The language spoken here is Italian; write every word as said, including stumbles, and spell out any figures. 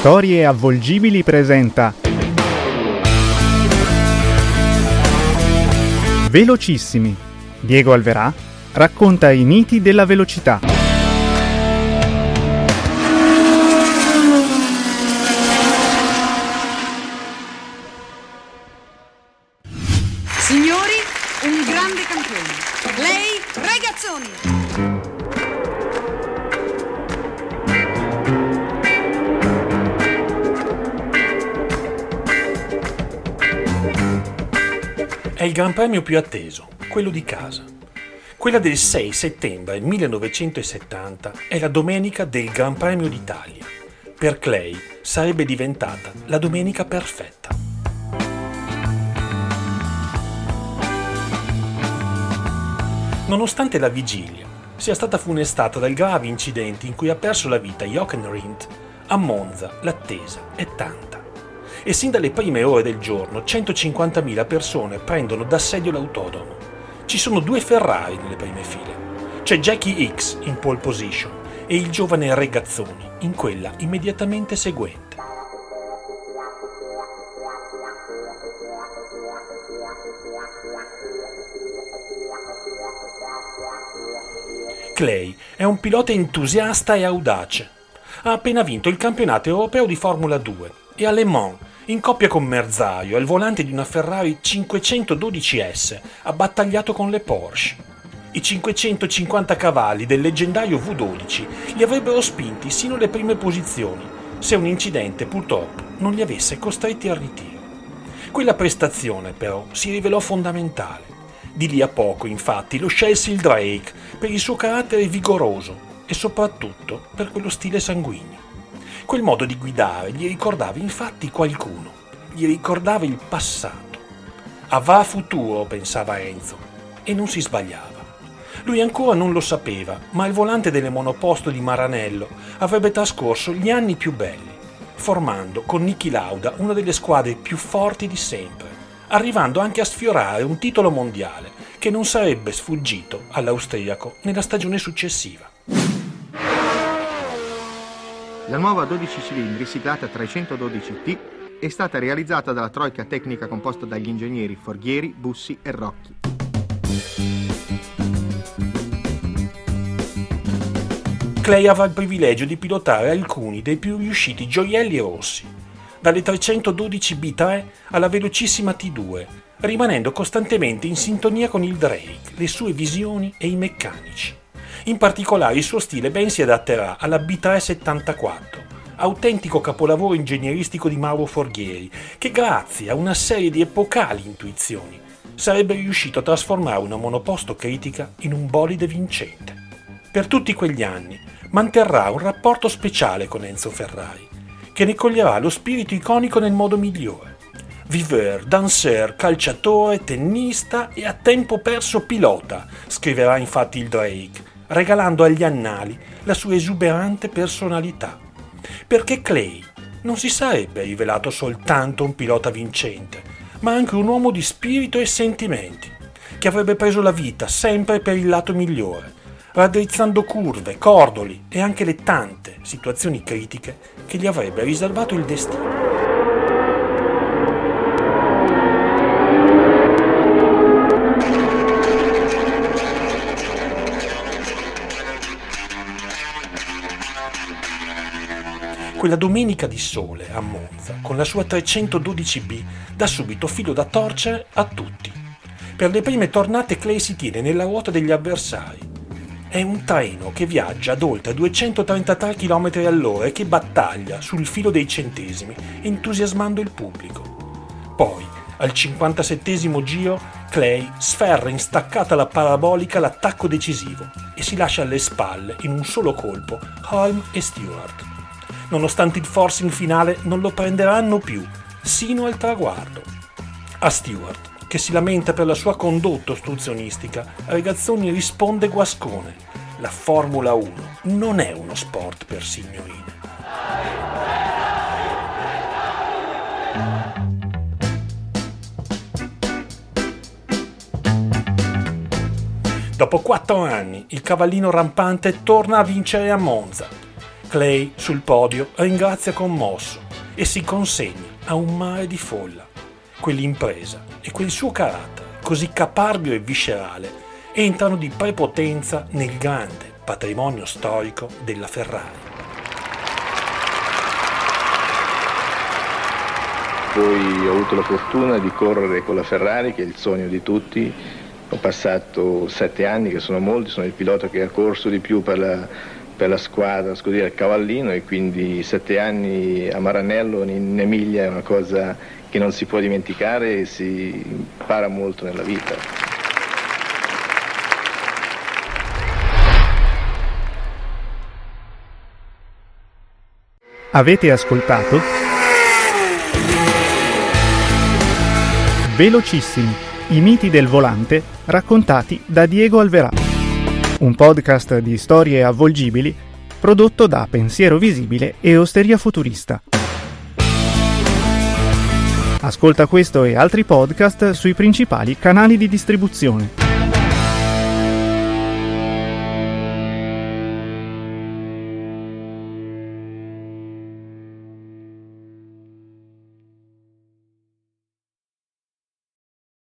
Storie Avvolgibili presenta Velocissimi. Diego Alverà racconta i miti della velocità. Signori, un grande campione. Lei, ragazzoni. È il Gran Premio più atteso, quello di casa. Quella del sei settembre millenovecentosettanta è la domenica del Gran Premio d'Italia. Per Clay sarebbe diventata la domenica perfetta. Nonostante la vigilia sia stata funestata dal grave incidente in cui ha perso la vita Jochen Rindt, a Monza l'attesa è tanta. E sin dalle prime ore del giorno centocinquantamila persone prendono d'assedio l'autodromo. Ci sono due Ferrari nelle prime file. C'è Jackie X in pole position e il giovane Regazzoni in quella immediatamente seguente. Clay è un pilota entusiasta e audace. Ha appena vinto il campionato europeo di Formula due e a Le Mans, in coppia con Merzaio, al volante di una Ferrari cinquecentododici S, ha battagliato con le Porsche. I cinquecentocinquanta cavalli del leggendario V dodici li avrebbero spinti sino alle prime posizioni, se un incidente purtroppo non li avesse costretti al ritiro. Quella prestazione, però, si rivelò fondamentale. Di lì a poco, infatti, lo scelse il Drake per il suo carattere vigoroso e soprattutto per quello stile sanguigno. Quel modo di guidare gli ricordava infatti qualcuno, gli ricordava il passato. Avrà futuro, pensava Enzo, e non si sbagliava. Lui ancora non lo sapeva, ma al volante delle monoposto di Maranello avrebbe trascorso gli anni più belli, formando con Niki Lauda una delle squadre più forti di sempre, arrivando anche a sfiorare un titolo mondiale che non sarebbe sfuggito all'austriaco nella stagione successiva. La nuova dodici cilindri, siglata trecentododici T, è stata realizzata dalla troika tecnica composta dagli ingegneri Forghieri, Bussi e Rocchi. Clay avrà il privilegio di pilotare alcuni dei più riusciti gioielli rossi, dalle trecentododici B tre alla velocissima T due, rimanendo costantemente in sintonia con il Drake, le sue visioni e i meccanici. In particolare il suo stile ben si adatterà alla B tre settantaquattro, autentico capolavoro ingegneristico di Mauro Forghieri, che grazie a una serie di epocali intuizioni sarebbe riuscito a trasformare una monoposto critica in un bolide vincente. Per tutti quegli anni manterrà un rapporto speciale con Enzo Ferrari, che ne coglierà lo spirito iconico nel modo migliore. Viveur, danseur, calciatore, tennista e a tempo perso pilota, scriverà infatti il Drake, regalando agli annali la sua esuberante personalità. Perché Clay non si sarebbe rivelato soltanto un pilota vincente, ma anche un uomo di spirito e sentimenti, che avrebbe preso la vita sempre per il lato migliore, raddrizzando curve, cordoli e anche le tante situazioni critiche che gli avrebbe riservato il destino. Quella domenica di sole a Monza, con la sua trecentododici B, dà subito filo da torcere a tutti. Per le prime tornate Clay si tiene nella ruota degli avversari. È un treno che viaggia ad oltre duecentotrentatré chilometri all'ora e che battaglia sul filo dei centesimi, entusiasmando il pubblico. Poi, al cinquantasettesimo giro, Clay sferra in staccata la parabolica l'attacco decisivo e si lascia alle spalle, in un solo colpo, Holm e Stewart. Nonostante il forcing finale non lo prenderanno più, sino al traguardo. A Stewart, che si lamenta per la sua condotta ostruzionistica, Regazzoni risponde guascone: la Formula uno non è uno sport per signorine. Dopo quattro anni, il cavallino rampante torna a vincere a Monza. Clay sul podio ringrazia commosso e si consegna a un mare di folla. Quell'impresa e quel suo carattere, così caparbio e viscerale, entrano di prepotenza nel grande patrimonio storico della Ferrari. Poi ho avuto la fortuna di correre con la Ferrari, che è il sogno di tutti. Ho passato sette anni, che sono molti, sono il pilota che ha corso di più per la, per la squadra, scuderia Cavallino, e quindi sette anni a Maranello in Emilia è una cosa che non si può dimenticare e si impara molto nella vita. Avete ascoltato Velocissimi, i miti del volante raccontati da Diego Alverà, un podcast di storie avvolgibili prodotto da Pensiero Visibile e Osteria Futurista. Ascolta questo e altri podcast sui principali canali di distribuzione.